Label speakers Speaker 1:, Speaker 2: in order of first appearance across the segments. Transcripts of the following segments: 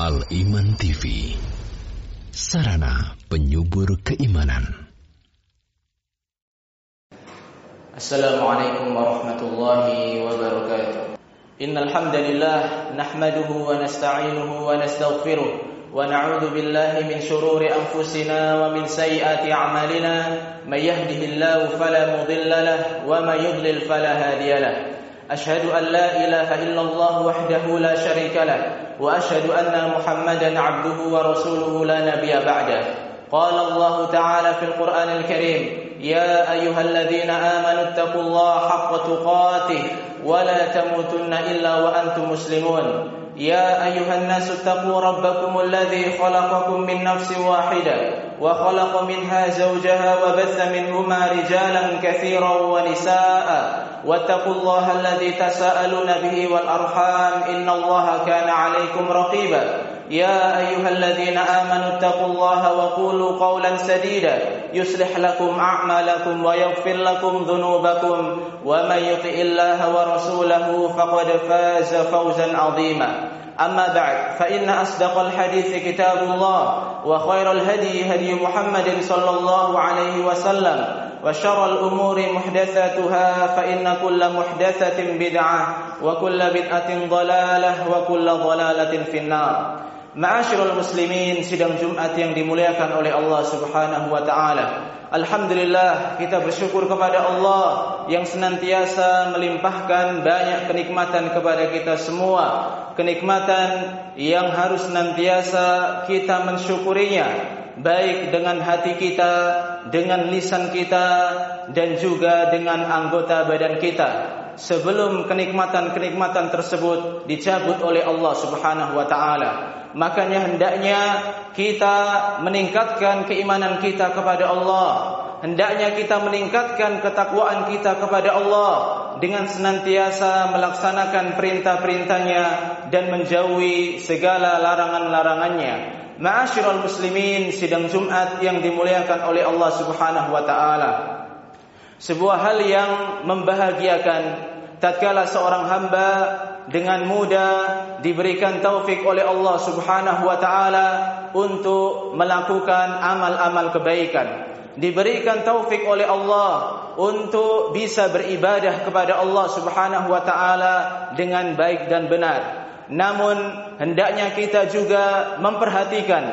Speaker 1: Al-Iman TV, sarana penyubur keimanan.
Speaker 2: Assalamualaikum warahmatullahi wabarakatuh. Innal hamdalillah nahmaduhu wa nasta'inuhu wa nastaghfiruh wa na'udzu billahi min shururi anfusina wa min sayyiati a'malina may yahdihillahu fala mudilla lahu wa may yudlil fala hadiya lahu. Ashhadu an la ilaha illallah wahdahu la syarika lahu wa ashhadu anna Muhammadan 'abduhu wa rasuluhu la nabiyya ba'dahu. Qala Allah ta'ala fil Qur'anil Karim, ya ayyuhalladzina amanu taqullaha haqqa tuqatih wa la tamutunna illa wa antum muslimun. Ya ayyuhan nasu taqu rabbakumul ladzi khalaqakum min nafsin wahidah wa khalaqa minha zawjaha wa batha minhuma rijalan katsiran wa nisaa'a wattaqullaha alladzi tasaaluna bihi wal arham innallaha kana 'alaikum raqiba. يا أيها الذين آمنوا اتقوا الله وقولوا قولا سديدا يصلح لكم أعمالكم ويغفر لكم ذنوبكم ومن يطع الله ورسوله فقد فاز فوزا عظيما. أما بعد فإن أصدق الحديث كتاب الله وخير الهدي هدي محمد صلى الله عليه وسلم وشر الأمور محدثاتها فإن كل محدثة بدعة وكل بدعة ضلالة وكل ضلالة في النار. Ma'asyiral muslimin, sidang Jumat yang dimuliakan oleh Allah Subhanahu wa taala. Alhamdulillah, kita bersyukur kepada Allah yang senantiasa melimpahkan banyak kenikmatan kepada kita semua. Kenikmatan yang harus senantiasa kita mensyukurinya, baik dengan hati kita, dengan lisan kita, dan juga dengan anggota badan kita. Sebelum kenikmatan-kenikmatan tersebut dicabut oleh Allah Subhanahu wa taala, makanya hendaknya kita meningkatkan keimanan kita kepada Allah. Hendaknya kita meningkatkan ketakwaan kita kepada Allah dengan senantiasa melaksanakan perintah-perintahnya dan menjauhi segala larangan-larangannya. Ma'asyiral muslimin, sidang Jumat yang dimuliakan oleh Allah Subhanahu wa taala. Sebuah hal yang membahagiakan tatkala seorang hamba dengan mudah diberikan taufik oleh Allah Subhanahu wa taala untuk melakukan amal-amal kebaikan, diberikan taufik oleh Allah untuk bisa beribadah kepada Allah Subhanahu wa taala dengan baik dan benar. Namun hendaknya kita juga memperhatikan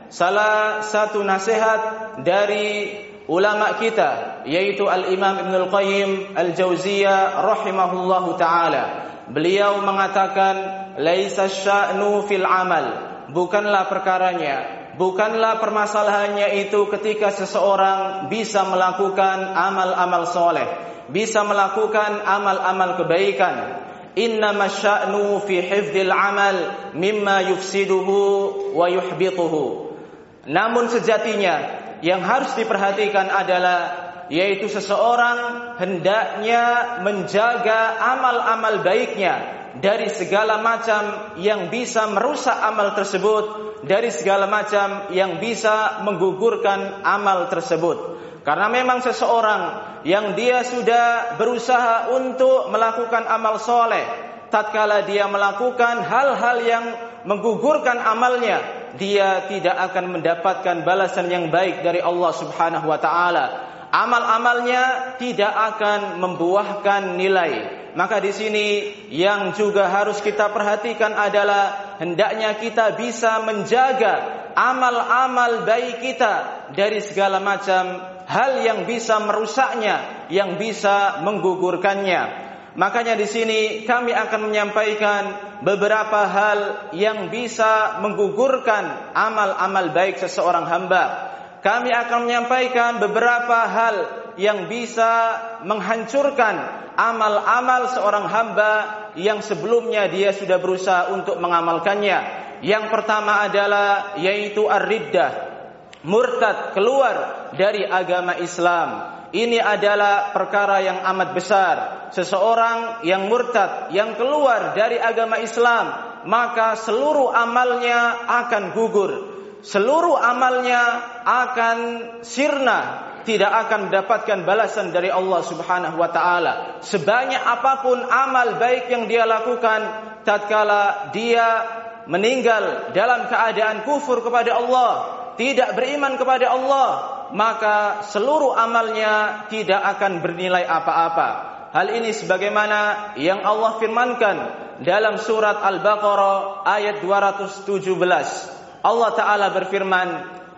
Speaker 2: salah satu nasihat dari ulama kita, yaitu Al-Imam Ibnul Qayyim Al-Jauziyah rahimahullahu ta'ala. Beliau mengatakan, laisa sya'nu fil amal, bukanlah perkaranya, bukanlah permasalahannya itu ketika seseorang bisa melakukan amal-amal soleh, bisa melakukan amal-amal kebaikan. Innama sya'nu fi hifdzil amal mimma yufsiduhu wa yuhbituhu. Namun sejatinya yang harus diperhatikan adalah yaitu seseorang hendaknya menjaga amal-amal baiknya dari segala macam yang bisa merusak amal tersebut, dari segala macam yang bisa menggugurkan amal tersebut. Karena memang seseorang yang dia sudah berusaha untuk melakukan amal soleh, tatkala dia melakukan hal-hal yang menggugurkan amalnya, dia tidak akan mendapatkan balasan yang baik dari Allah Subhanahu wa taala. Amal-amalnya tidak akan membuahkan nilai. Maka di sini yang juga harus kita perhatikan adalah hendaknya kita bisa menjaga amal-amal baik kita dari segala macam hal yang bisa merusaknya, yang bisa menggugurkannya. Makanya di sini kami akan menyampaikan beberapa hal yang bisa menggugurkan amal-amal baik seseorang hamba. Kami akan menyampaikan beberapa hal yang bisa menghancurkan amal-amal seorang hamba yang sebelumnya dia sudah berusaha untuk mengamalkannya. Yang pertama adalah yaitu ar-riddah, murtad, keluar dari agama Islam. Ini adalah perkara yang amat besar. Seseorang yang murtad, yang keluar dari agama Islam, maka seluruh amalnya akan gugur, seluruh amalnya akan sirna, tidak akan mendapatkan balasan dari Allah Subhanahu wa taala. Sebanyak apapun amal baik yang dia lakukan, tatkala dia meninggal dalam keadaan kufur kepada Allah, tidak beriman kepada Allah, maka seluruh amalnya tidak akan bernilai apa-apa. Hal ini sebagaimana yang Allah firmankan dalam surat Al-Baqarah ayat 217. Allah Ta'ala berfirman,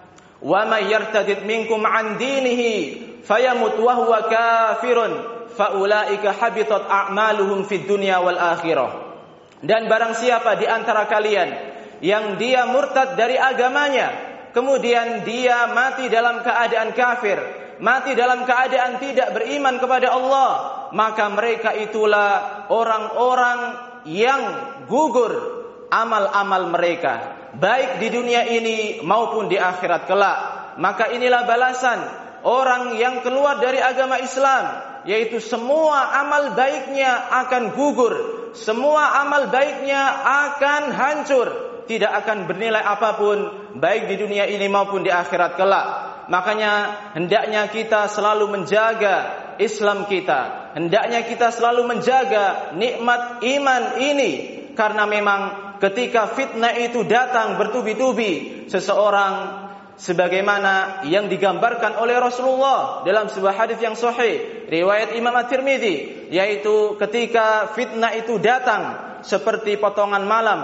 Speaker 2: "Wa may yartadid minkum 'an dinihi fayamut wa huwa kafirun faulaika habitat a'maluhum fid dunya wal akhirah." Dan barang siapa di antara kalian yang dia murtad dari agamanya, kemudian dia mati dalam keadaan kafir, mati dalam keadaan tidak beriman kepada Allah, maka mereka itulah orang-orang yang gugur amal-amal mereka, baik di dunia ini maupun di akhirat kelak. Maka inilah balasan orang yang keluar dari agama Islam, yaitu semua amal baiknya akan gugur, semua amal baiknya akan hancur, tidak akan bernilai apapun baik di dunia ini maupun di akhirat kelak. Makanya hendaknya kita selalu menjaga Islam kita, hendaknya kita selalu menjaga nikmat iman ini, karena memang ketika fitnah itu datang bertubi-tubi, seseorang sebagaimana yang digambarkan oleh Rasulullah dalam sebuah hadis yang sahih riwayat Imam At-Tirmidzi, yaitu ketika fitnah itu datang seperti potongan malam,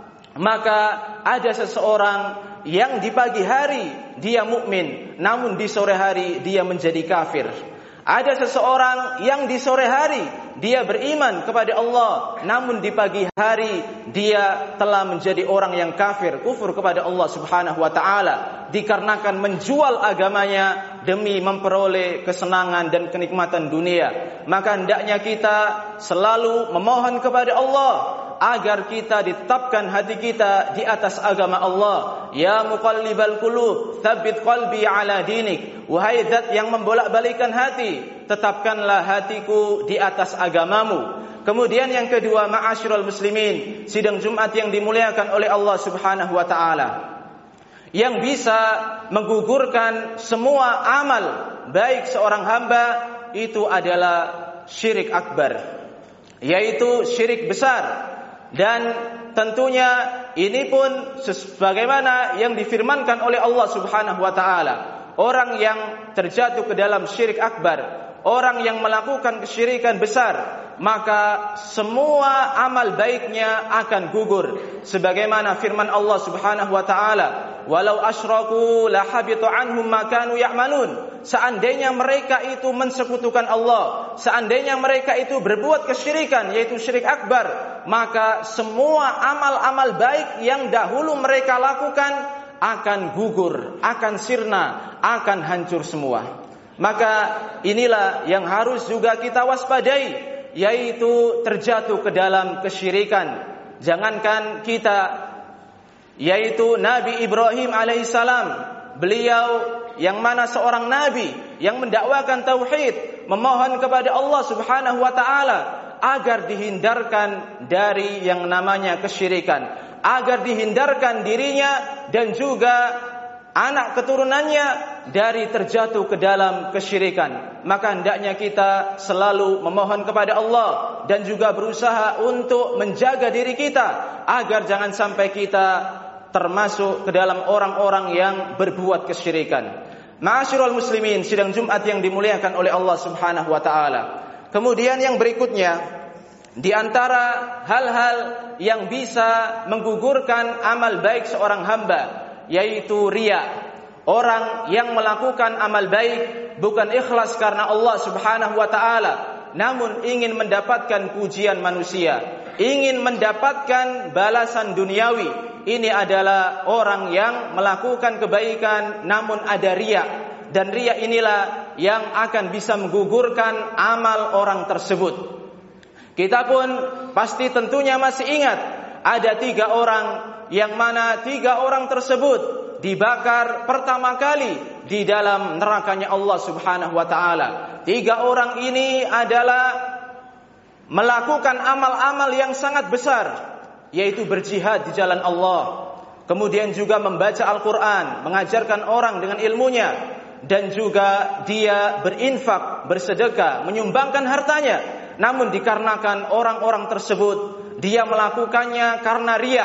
Speaker 2: maka ada seseorang yang di pagi hari dia mukmin, namun di sore hari dia menjadi kafir. Ada seseorang yang di sore hari dia beriman kepada Allah, namun di pagi hari dia telah menjadi orang yang kafir, kufur kepada Allah Subhanahu wa taala, dikarenakan menjual agamanya demi memperoleh kesenangan dan kenikmatan dunia. Maka hendaknya kita selalu memohon kepada Allah agar kita ditetapkan hati kita di atas agama Allah. Ya muqallibal qulub, tsabbit qalbi ala dinik. Wahai zat yang membolak-balikan hati, tetapkanlah hatiku di atas agamamu. Kemudian yang kedua, ma'asyiral muslimin, sidang Jumat yang dimuliakan oleh Allah Subhanahu wa taala, yang bisa menggugurkan semua amal baik seorang hamba itu adalah syirik akbar, yaitu syirik besar. Dan tentunya ini pun sebagaimana yang difirmankan oleh Allah Subhanahu wa taala, orang yang terjatuh ke dalam syirik akbar, orang yang melakukan kesyirikan besar, maka semua amal baiknya akan gugur. Sebagaimana firman Allah Subhanahu wa taala, "Walau asyraku la habita anhum ma kanu ya'malun." Seandainya mereka itu mensekutukan Allah, seandainya mereka itu berbuat kesyirikan, yaitu syirik akbar, maka semua amal-amal baik yang dahulu mereka lakukan akan gugur, akan sirna, akan hancur semua. Maka inilah yang harus juga kita waspadai, yaitu terjatuh ke dalam kesyirikan. Jangankan kita, yaitu Nabi Ibrahim alaihissalam, beliau yang mana seorang nabi yang mendakwakan tauhid, memohon kepada Allah Subhanahu wa taala agar dihindarkan dari yang namanya kesyirikan, agar dihindarkan dirinya dan juga anak keturunannya dari terjatuh ke dalam kesyirikan. Maka hendaknya kita selalu memohon kepada Allah dan juga berusaha untuk menjaga diri kita agar jangan sampai kita termasuk ke dalam orang-orang yang berbuat kesyirikan. Ma'asyiral muslimin, sidang Jumat yang dimuliakan oleh Allah Subhanahu wa taala. Kemudian yang berikutnya, di antara hal-hal yang bisa menggugurkan amal baik seorang hamba, yaitu riya. Orang yang melakukan amal baik bukan ikhlas karena Allah Subhanahu wa taala, namun ingin mendapatkan pujian manusia, ingin mendapatkan balasan duniawi. Ini adalah orang yang melakukan kebaikan namun ada riya, dan riya inilah yang akan bisa menggugurkan amal orang tersebut. Kita pun pasti tentunya masih ingat ada 3 orang, yang mana 3 orang tersebut dibakar pertama kali di dalam nerakanya Allah Subhanahu wa taala. 3 orang ini adalah melakukan amal-amal yang sangat besar, yaitu berjihad di jalan Allah, kemudian juga membaca Al-Quran, mengajarkan orang dengan ilmunya, dan juga dia berinfak, bersedekah, menyumbangkan hartanya. Namun dikarenakan orang-orang tersebut dia melakukannya karena riya,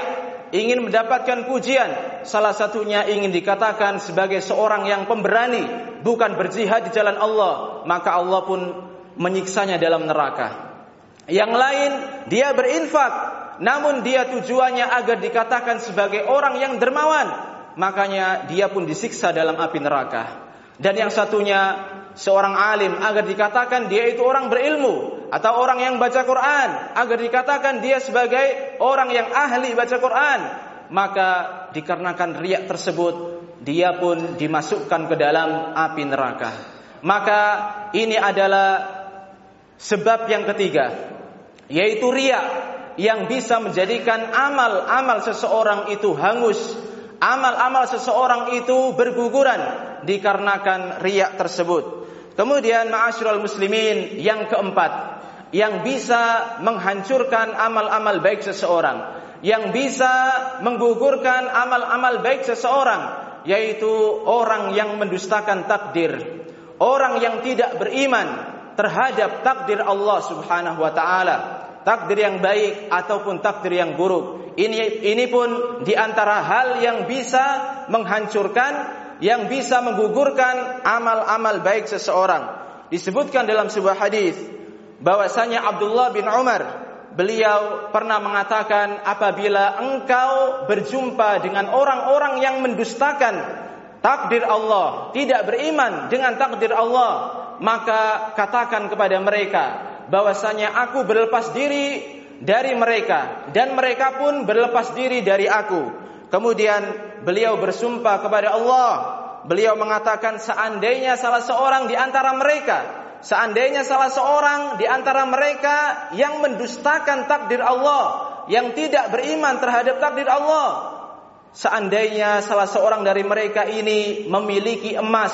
Speaker 2: ingin mendapatkan pujian, salah satunya ingin dikatakan sebagai seorang yang pemberani, bukan berjihad di jalan Allah, maka Allah pun menyiksanya dalam neraka. Yang lain, dia berinfak, namun dia tujuannya agar dikatakan sebagai orang yang dermawan, makanya dia pun disiksa dalam api neraka. Dan yang satunya, seorang alim, agar dikatakan dia itu orang berilmu, atau orang yang baca Quran, agar dikatakan dia sebagai orang yang ahli baca Quran, maka dikarenakan riya tersebut, dia pun dimasukkan ke dalam api neraka. Maka ini adalah sebab yang ketiga, yaitu riya, yang bisa menjadikan amal-amal seseorang itu hangus, amal-amal seseorang itu berguguran dikarenakan riya tersebut. Kemudian ma'asyiral muslimin, yang keempat, yang bisa menghancurkan amal-amal baik seseorang, yang bisa menggugurkan amal-amal baik seseorang, yaitu orang yang mendustakan takdir, orang yang tidak beriman terhadap takdir Allah Subhanahu wa taala, takdir yang baik ataupun takdir yang buruk. Ini pun diantara hal yang bisa menghancurkan, yang bisa menggugurkan amal-amal baik seseorang. Disebutkan dalam sebuah hadis bahwasanya Abdullah bin Umar, beliau pernah mengatakan, apabila engkau berjumpa dengan orang-orang yang mendustakan takdir Allah, tidak beriman dengan takdir Allah, maka katakan kepada mereka bahwasanya aku berlepas diri dari mereka dan mereka pun berlepas diri dari aku. Kemudian beliau bersumpah kepada Allah, beliau mengatakan, seandainya salah seorang di antara mereka, seandainya salah seorang di antara mereka yang mendustakan takdir Allah, yang tidak beriman terhadap takdir Allah, seandainya salah seorang dari mereka ini memiliki emas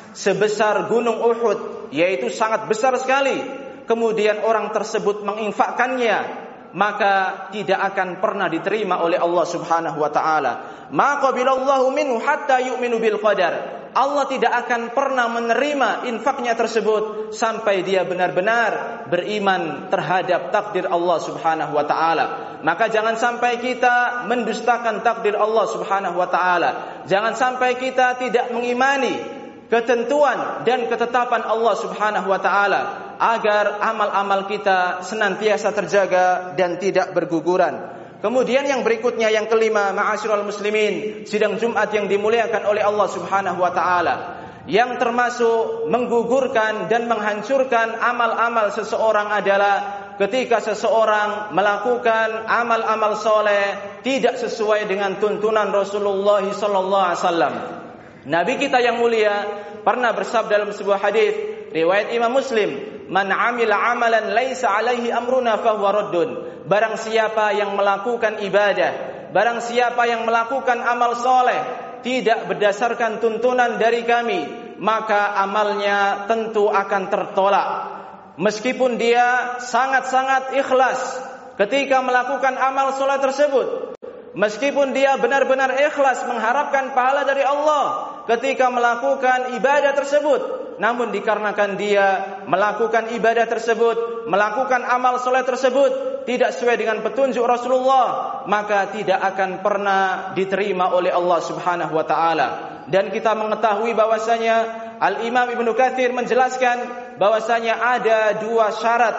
Speaker 2: sebesar gunung Uhud, yaitu sangat besar sekali, kemudian orang tersebut menginfakkannya, maka tidak akan pernah diterima oleh Allah Subhanahu wa taala. Ma qabilallahu minhu hatta yu'minu bil qadar. Allah tidak akan pernah menerima infaknya tersebut sampai dia benar-benar beriman terhadap takdir Allah Subhanahu wa taala. Maka jangan sampai kita mendustakan takdir Allah Subhanahu wa taala. Jangan sampai kita tidak mengimani ketentuan dan ketetapan Allah Subhanahu wa taala, agar amal-amal kita senantiasa terjaga dan tidak berguguran. Kemudian yang berikutnya, yang kelima, ma'asyiral muslimin, sidang Jumat yang dimuliakan oleh Allah Subhanahu wa taala, yang termasuk menggugurkan dan menghancurkan amal-amal seseorang adalah ketika seseorang melakukan amal-amal soleh tidak sesuai dengan tuntunan Rasulullah sallallahu alaihi wasallam. Nabi kita yang mulia pernah bersabda dalam sebuah hadis riwayat Imam Muslim, "Man 'amila 'amalan laisa 'alaihi amruna fahuwa raddun." Barang siapa yang melakukan ibadah, barang siapa yang melakukan amal soleh tidak berdasarkan tuntunan dari kami, maka amalnya tentu akan tertolak. Meskipun dia sangat-sangat ikhlas ketika melakukan amal soleh tersebut, meskipun dia benar-benar ikhlas mengharapkan pahala dari Allah ketika melakukan ibadah tersebut, namun dikarenakan dia melakukan ibadah tersebut, melakukan amal soleh tersebut tidak sesuai dengan petunjuk Rasulullah, maka tidak akan pernah diterima oleh Allah Subhanahu wa taala. Dan kita mengetahui bahwasanya Al-Imam Ibnu Katsir menjelaskan bahwasanya ada dua syarat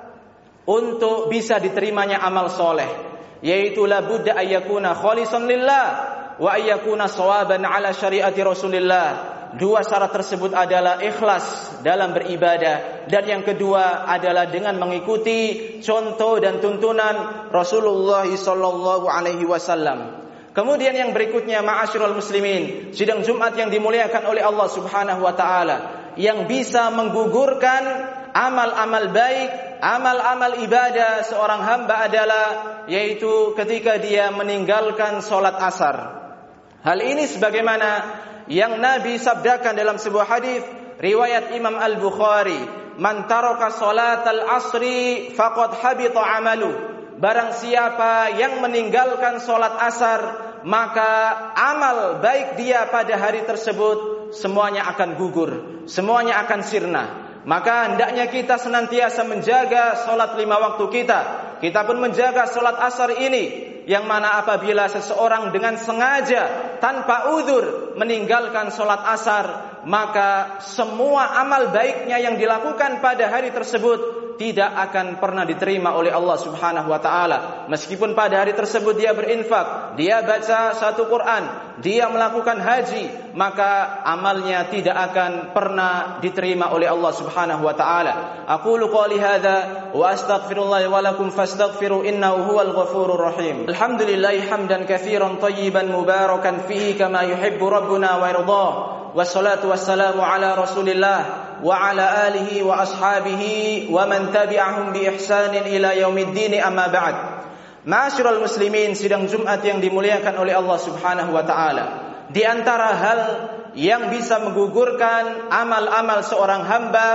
Speaker 2: untuk bisa diterimanya amal soleh, yaitu la budda ayyakuna khalisan lillah wa ayyakuna shawaban ala syariati Rasulillah. Dua syarat tersebut adalah ikhlas dalam beribadah, dan yang kedua adalah dengan mengikuti contoh dan tuntunan Rasulullah sallallahu alaihi wasallam. Kemudian yang berikutnya, ma'asyiral muslimin, sidang Jumat yang dimuliakan oleh Allah Subhanahu wa taala, yang bisa menggugurkan amal-amal baik, amal-amal ibadah seorang hamba adalah yaitu ketika dia meninggalkan salat asar. Hal ini sebagaimana yang Nabi sabdakan dalam sebuah hadis riwayat Imam Al-Bukhari, "Man taraka salatal asri faqad habita amalu." Barang siapa yang meninggalkan salat asar, maka amal baik dia pada hari tersebut semuanya akan gugur, semuanya akan sirna. Maka hendaknya kita senantiasa menjaga salat 5 waktu kita. Kita pun menjaga salat asar ini yang mana apabila seseorang dengan sengaja tanpa uzur meninggalkan sholat asar, maka semua amal baiknya yang dilakukan pada hari tersebut tidak akan pernah diterima oleh Allah Subhanahu wa taala. Meskipun pada hari tersebut dia berinfak, dia baca satu Quran, dia melakukan haji, maka amalnya tidak akan pernah diterima oleh Allah Subhanahu wa taala. Aqulu qouli hadza wa astaghfirullah wa lakum fastaghfiru innahu huwal ghafurur rahim. Alhamdulillah hamdan katsiran thayyiban mubarakan fihi kama yuhibbu rabbuna wa yardah. Wassalatu wassalamu ala Rasulillah wa ala alihi wa ashabihi wa man tabi'ahum bi ihsanin ila yaumiddin, amma ba'd. Ma'asyiral muslimin, sidang Jumat yang dimuliakan oleh Allah Subhanahu wa taala. Di antara hal yang bisa menggugurkan amal-amal seorang hamba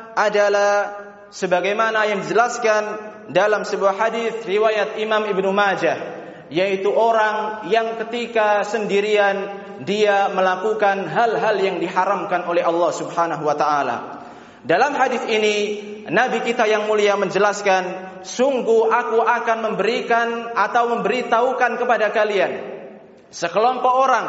Speaker 2: adalah sebagaimana yang dijelaskan dalam sebuah hadis riwayat Imam Ibnu Majah, yaitu orang yang ketika sendirian dia melakukan hal-hal yang diharamkan oleh Allah Subhanahu wa taala. Dalam hadis ini Nabi kita yang mulia menjelaskan, sungguh aku akan memberikan atau memberitahukan kepada kalian sekelompok orang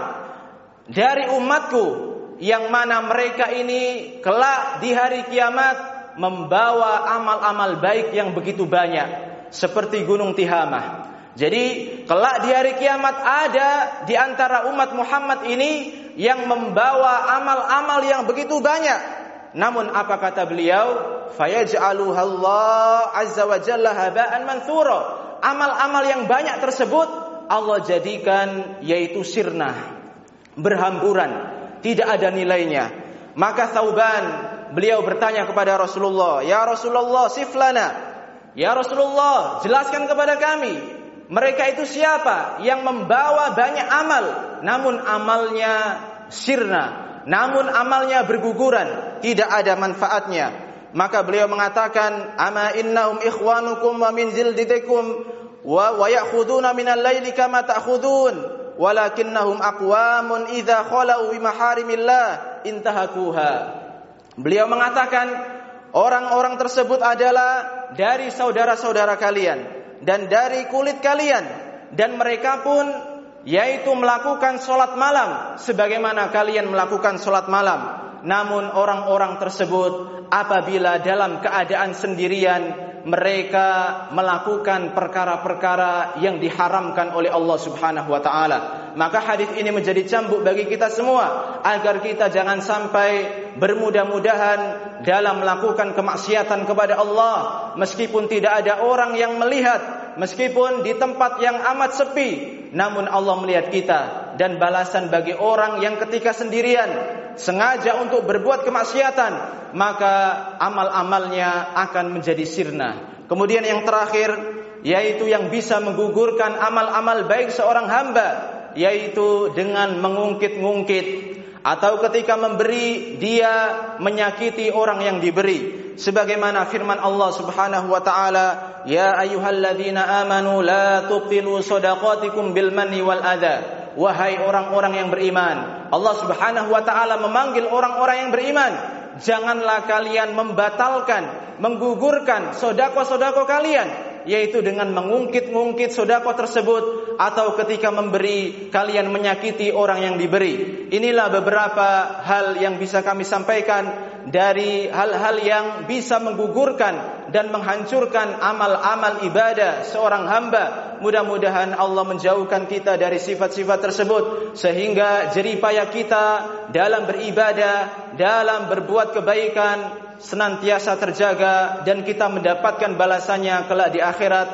Speaker 2: dari umatku yang mana mereka ini kelak di hari kiamat membawa amal-amal baik yang begitu banyak seperti gunung Tihamah. Jadi kelak di hari kiamat ada di antara umat Muhammad ini yang membawa amal-amal yang begitu banyak. Namun apa kata beliau? Fayaj'aluha Allah azza wa jalla haba'an manthura. Amal-amal yang banyak tersebut Allah jadikan yaitu sirna, berhamburan, tidak ada nilainya. Maka Thauban beliau bertanya kepada Rasulullah, "Ya Rasulullah, siflana." Ya Rasulullah, jelaskan kepada kami, mereka itu siapa yang membawa banyak amal namun amalnya sirna, namun amalnya berguguran, tidak ada manfaatnya. Maka beliau mengatakan, "Ama innahum ikhwanukum wa min zildikum wa ya'khuduna minal laili kama ta'khudun walakinnahum aqwamun idza khalau bi maharimillah intahakuha." Beliau mengatakan, orang-orang tersebut adalah dari saudara-saudara kalian dan dari kulit kalian, dan mereka pun yaitu melakukan sholat malam sebagaimana kalian melakukan sholat malam. Namun orang-orang tersebut apabila dalam keadaan sendirian mereka melakukan perkara-perkara yang diharamkan oleh Allah Subhanahu wa taala. Maka hadis ini menjadi cambuk bagi kita semua agar kita jangan sampai bermudah-mudahan dalam melakukan kemaksiatan kepada Allah meskipun tidak ada orang yang melihat, meskipun di tempat yang amat sepi, namun Allah melihat kita. Dan balasan bagi orang yang ketika sendirian sengaja untuk berbuat kemaksiatan, maka amal-amalnya akan menjadi sirna. Kemudian yang terakhir, yaitu yang bisa menggugurkan amal-amal baik seorang hamba, yaitu dengan mengungkit-ungkit atau ketika memberi dia menyakiti orang yang diberi. Sebagaimana firman Allah Subhanahu wa taala, "Ya ayyuhalladzina amanu la tubtilu shadaqatikum bil manni wal adza." Wahai orang-orang yang beriman, Allah Subhanahu wa taala memanggil orang-orang yang beriman, janganlah kalian membatalkan, menggugurkan sedekah-sedekah kalian, yaitu dengan mengungkit-ungkit sedekah tersebut atau ketika memberi kalian menyakiti orang yang diberi. Inilah beberapa hal yang bisa kami sampaikan dari hal-hal yang bisa menggugurkan dan menghancurkan amal-amal ibadah seorang hamba. Mudah-mudahan Allah menjauhkan kita dari sifat-sifat tersebut sehingga jeripaya kita dalam beribadah, dalam berbuat kebaikan senantiasa terjaga dan kita mendapatkan balasannya kelak di akhirat.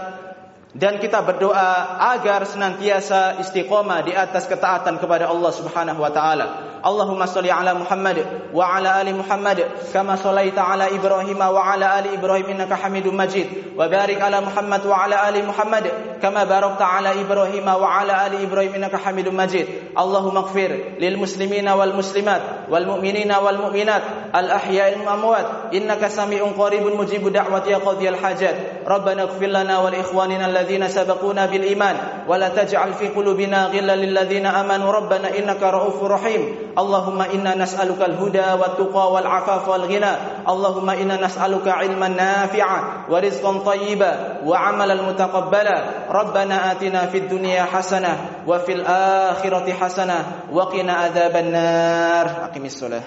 Speaker 2: Dan kita berdoa agar senantiasa istiqomah di atas ketaatan kepada Allah Subhanahu wa taala. Allahumma shalli ala Muhammad wa ala ali Muhammad kama shallaita ala Ibrahim wa ala ali Ibrahim innaka Hamidum Majid. Wa barik ala Muhammad wa ala ali Muhammad kama barakta ala Ibrahim wa ala ali Ibrahim innaka Hamidum Majid. Allahumma ighfir lil muslimina wal muslimat wal mu'minina wal mu'minat al ahya'i wal amwat innaka sami'un qaribun mujibu da'wati ya qadiyal hajat. Rabbana ighfir lana wal ikhwanina الذين سبقونا بالإيمان ولا تجعل في قلوبنا غلا للذين آمنوا ربنا إنك رؤوف رحيم اللهم إنا نسألك الهدى والتقى والعفاف والغنى Allahumma inna nas'aluka ilman nafi'a wa rizqan thayyiba wa 'amalan mutaqabbala. Rabbana atina fid dunya hasanah wa fil akhirati hasanah wa qina adzaban nar. Aqimis shalah.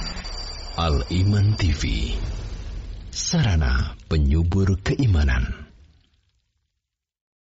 Speaker 1: Al Iman TV, sarana penyubur keimanan.